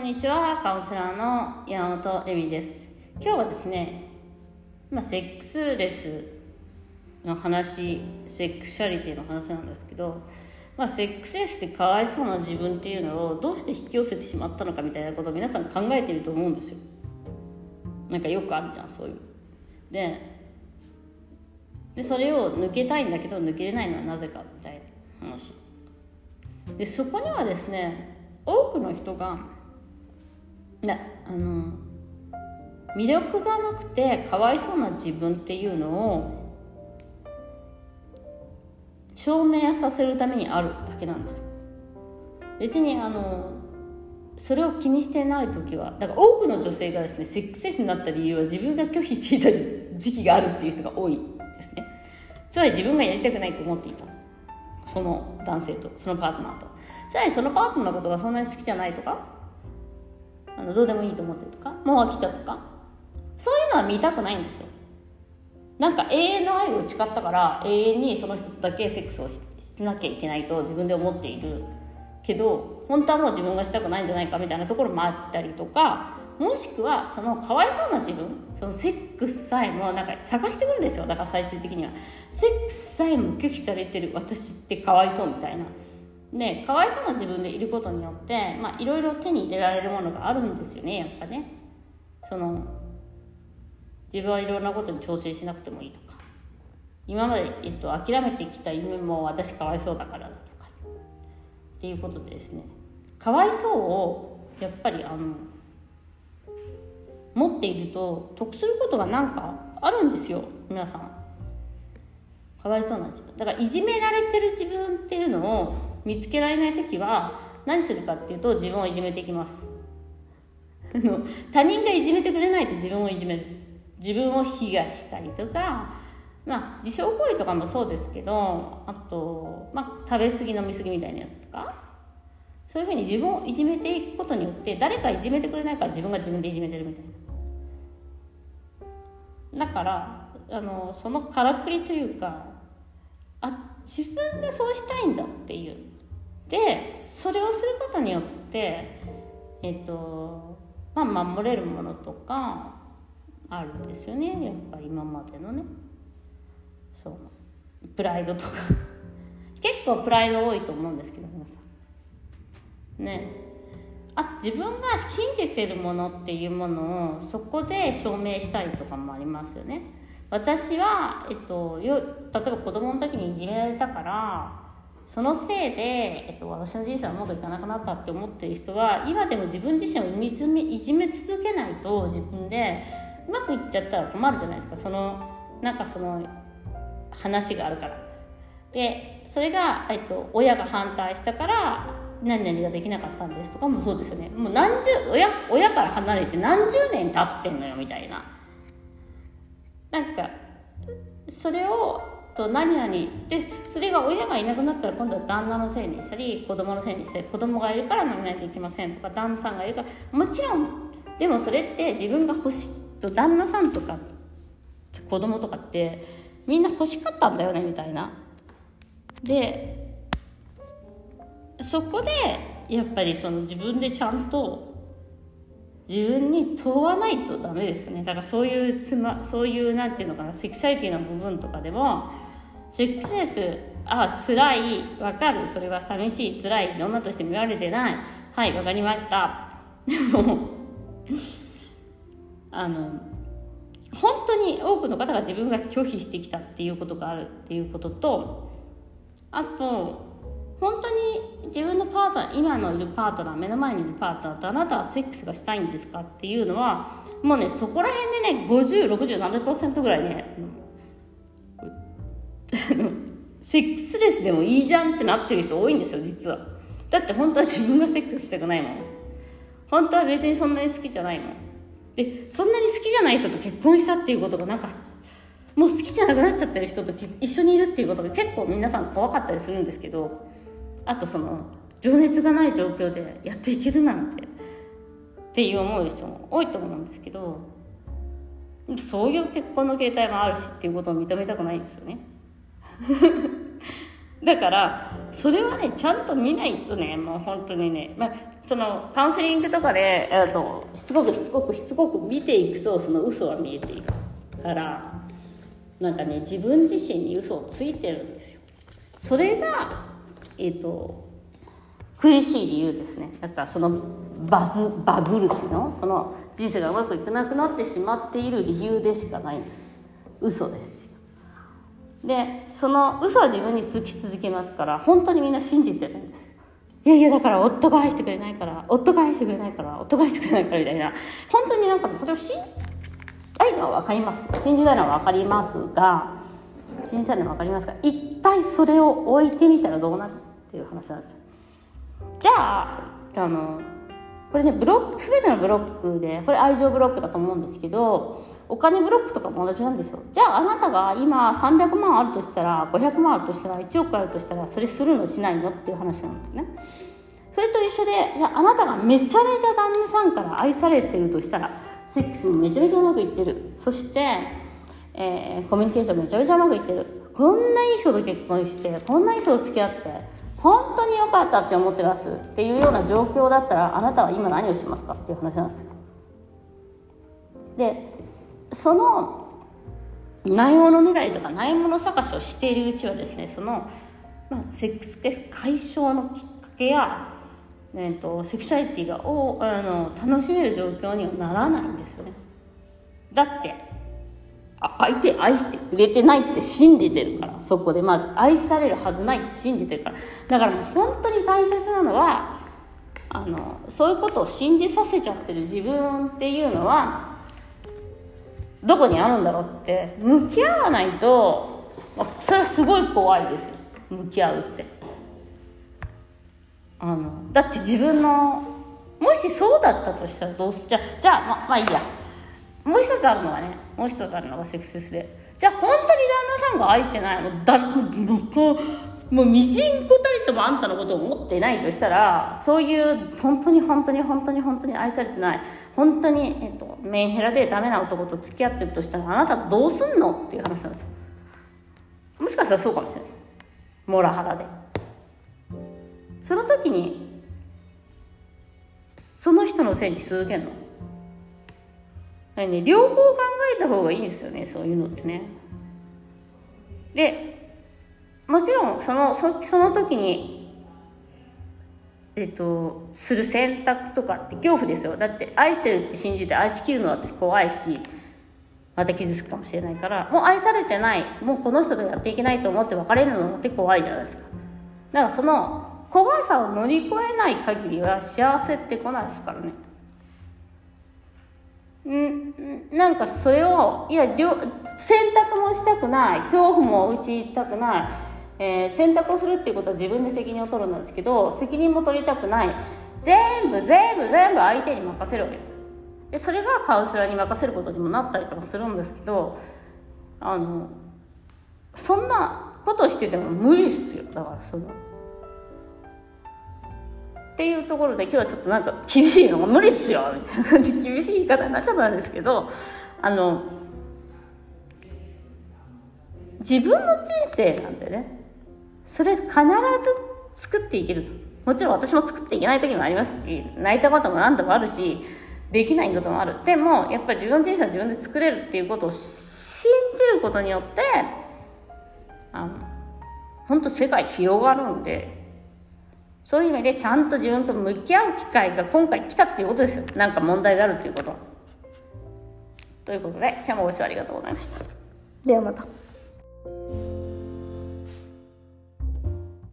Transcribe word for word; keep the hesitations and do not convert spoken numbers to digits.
んにちは。カウンセラーの山本恵美です。今日はですね、まあ、セックスレスの話、セクシャリティの話なんですけど、まあ、セックスレスってかわいそうな自分っていうのをどうして引き寄せてしまったのかみたいなことを皆さん考えていると思うんですよ。なんかよくあるじゃん、そういうででそれを抜けたいんだけど抜けれないのはなぜかみたいな話で、そこにはですね、多くの人がなあの魅力がなくてかわいそうな自分っていうのを証明させるためにあるだけなんです。別にあのそれを気にしてない時は、だから多くの女性がですね、セックスレスになった理由は自分が拒否していた時期があるっていう人が多いですね。つまり自分がやりたくないと思っていた、その男性とそのパートナーと、さらにそのパートナーのことがそんなに好きじゃないとか、あのどうでもいいと思ってるとか、もう飽きたとか、そういうのは見たくないんですよ。なんか永遠の愛を誓ったから永遠にその人とだけセックスを し, しなきゃいけないと自分で思っているけど、本当はもう自分がしたくないんじゃないかみたいなところもあったりとか、もしくはそのかわいそうな自分、そのセックスさえもなんか探してくるんですよ。だから最終的にはセックスさえも拒否されてる私ってかわいそうみたいなで、かわいそうな自分でいることによってまあいろいろ手に入れられるものがあるんですよね。やっぱね、その自分はいろんなことに調整しなくてもいいとか、今まで、えっと、諦めてきた夢も私かわいそうだからだとかっていうことでですね、かわいそうをやっぱりあの持っていると得することがなんかあるんですよ。皆さんかわいそうな自分だからいじめられてる自分っていうのを見つけられないときは何するかっていうと、自分をいじめていきます他人がいじめてくれないと自分をいじめる、自分を卑下したりとか、まあ自傷行為とかもそうですけど、あと、まあ、食べ過ぎ飲み過ぎみたいなやつとか、そういうふうに自分をいじめていくことによって誰かいじめてくれないから自分が自分でいじめてるみたいな。だからあのそのからくりというか、あ自分がそうしたいんだっていうで、それをすることによってえっとまあ守れるものとかあるんですよね。やっぱり今までのね、そうプライドとか結構プライド多いと思うんですけど、皆さんね、あ自分が信じてるものっていうものをそこで証明したりとかもありますよね。私は、えっと、よ例えば子供の時にいじめられたからそのせいで、えっと、私の人生はうまくいかなくなったって思ってる人は、今でも自分自身をいじめ、いじめ続けないと自分でうまくいっちゃったら困るじゃないですか。そのなんかその話があるから。でそれが、えっと、親が反対したから何々ができなかったんですとかもそうですよね。もう何十 親, 親から離れて何十年経ってんのよみたいな、なんかそれをと何々で、それが親がいなくなったら今度は旦那のせいにしたり子供のせいにしたり、子供がいるから何々できませんとか、旦那さんがいるから、もちろんでもそれって自分が欲しいと、旦那さんとか子供とかってみんな欲しかったんだよねみたいな。でそこでやっぱりその自分でちゃんと自分に問わないとダメですよね。だからそういうつまそういうなんていうのかな、セクシャリティの部分とかでも、セックスレス、あ辛い、わかる、それは寂しい、辛い、女として見られてない、はいわかりました。でもあの本当に多くの方が自分が拒否してきたっていうことがあるっていうことと、あと本当に自分のパートナー、今のいるパートナー、目の前にいるパートナーとあなたはセックスがしたいんですかっていうのは、もうねそこら辺でねごじゅう、ろくじゅう、ななじゅっパーセントぐらいねセックスレスでもいいじゃんってなってる人多いんですよ実は。だって本当は自分がセックスしたくないもん、本当は別にそんなに好きじゃないもんで、そんなに好きじゃない人と結婚したっていうことがなんかもう好きじゃなくなっちゃってる人と一緒にいるっていうことが結構皆さん怖かったりするんですけど、あとその情熱がない状況でやっていけるなんてっていう思う人も多いと思うんですけど、そういう結婚の形態もあるしっていうことを認めたくないんですよねだからそれはねちゃんと見ないとね、もう本当にね、まあ、そのカウンセリングとかで、えー、としつこくしつこくしつこく見ていくとその嘘は見えていくから、なんかね自分自身に嘘をついてるんですよ。それがえっ、ー、と苦しい理由ですね。だからそのバズバブルっていうの、その人生がうまくいかなくなってしまっている理由でしかないんです。嘘です。でその嘘は自分につき続けますから、本当にみんな信じてるんですよ。いやいやだから夫が愛してくれないから夫が愛してくれないから夫が愛してくれないからみたいな、本当になんかそれを信じたいのは分かります。信じたいのは分かりますが信じたいのは分かりますが一体それを置いてみたらどうなるっていう話なんですよ。じゃああのこれねブロック全てのブロックでこれ愛情ブロックだと思うんですけど、お金ブロックとかも同じなんですよ。じゃああなたが今さんびゃくまんあるとしたらごひゃくまんあるとしたらいちおくあるとしたらそれするのしないのっていう話なんですね。それと一緒で、じゃああなたがめちゃめちゃ旦那さんから愛されてるとしたらセックスもめちゃめちゃうまくいってる、そして、えー、コミュニケーションめちゃめちゃうまくいってる、こんないい人と結婚してこんないい人と付き合って本当に良かったって思ってますっていうような状況だったらあなたは今何をしますかっていう話なんですよ。でそのないものねだりとかないもの探しをしているうちはですね、その、まあ、セックス解消のきっかけや、えー、とセクシャリティがをあの楽しめる状況にはならないんですよね。だって相手愛してくれてないって信じてるから、そこでまず愛されるはずないって信じてるから、だからもう本当に大切なのはあのそういうことを信じさせちゃってる自分っていうのはどこにあるんだろうって向き合わないと、まあ、それはすごい怖いですよ。向き合うってあのだって自分のもしそうだったとしたらどうすじゃじゃあま、まあいいや。もう一つあるのがね、もう一つあるのがセクセスで、じゃあ本当に旦那さんが愛してないのだもうもうみじんこたりともあんたのことを思ってないとしたら、そういう本当に本当に本当に本当に愛されてない、本当に、えっと、メンヘラでダメな男と付き合ってるとしたらあなたどうすんのっていう話なんですよ。もしかしたらそうかもしれないです。モラハラでその時にその人のせいにし続けるのね、両方考えた方がいいんですよね、そういうのってね。でもちろんその そ, その時にえっとする選択とかって恐怖ですよ。だって愛してるって信じて愛しきるのだって怖いし、また傷つくかもしれないから、もう愛されてない、もうこの人とやっていけないと思って別れるのって怖いじゃないですか。だからその怖さを乗り越えない限りは幸せって来ないですからね。んなんかそれをいや選択もしたくない、恐怖も打ちたくない、えー、選択をするっていうことは自分で責任を取るんですけど、責任も取りたくない、全部全部全部相手に任せるわけです。でそれがカウンセラーに任せることにもなったりとかするんですけど、あのそんなことしてても無理っすよ。だからそのっていうところで今日はちょっとなんか厳しいのが無理っすよみたいな感じ、厳しい言い方になっちゃったんですけど、あの自分の人生なんでね、それ必ず作っていけると。もちろん私も作っていけない時もありますし、泣いたことも何度もあるし、できないこともある。でもやっぱり自分の人生は自分で作れるっていうことを信じることによってあの本当世界広がるんで、そういう意味でちゃんと自分と向き合う機会が今回来たっていうことですよ。なんか問題があるっていうことは。ということで今日もご視聴ありがとうございました。ではまた。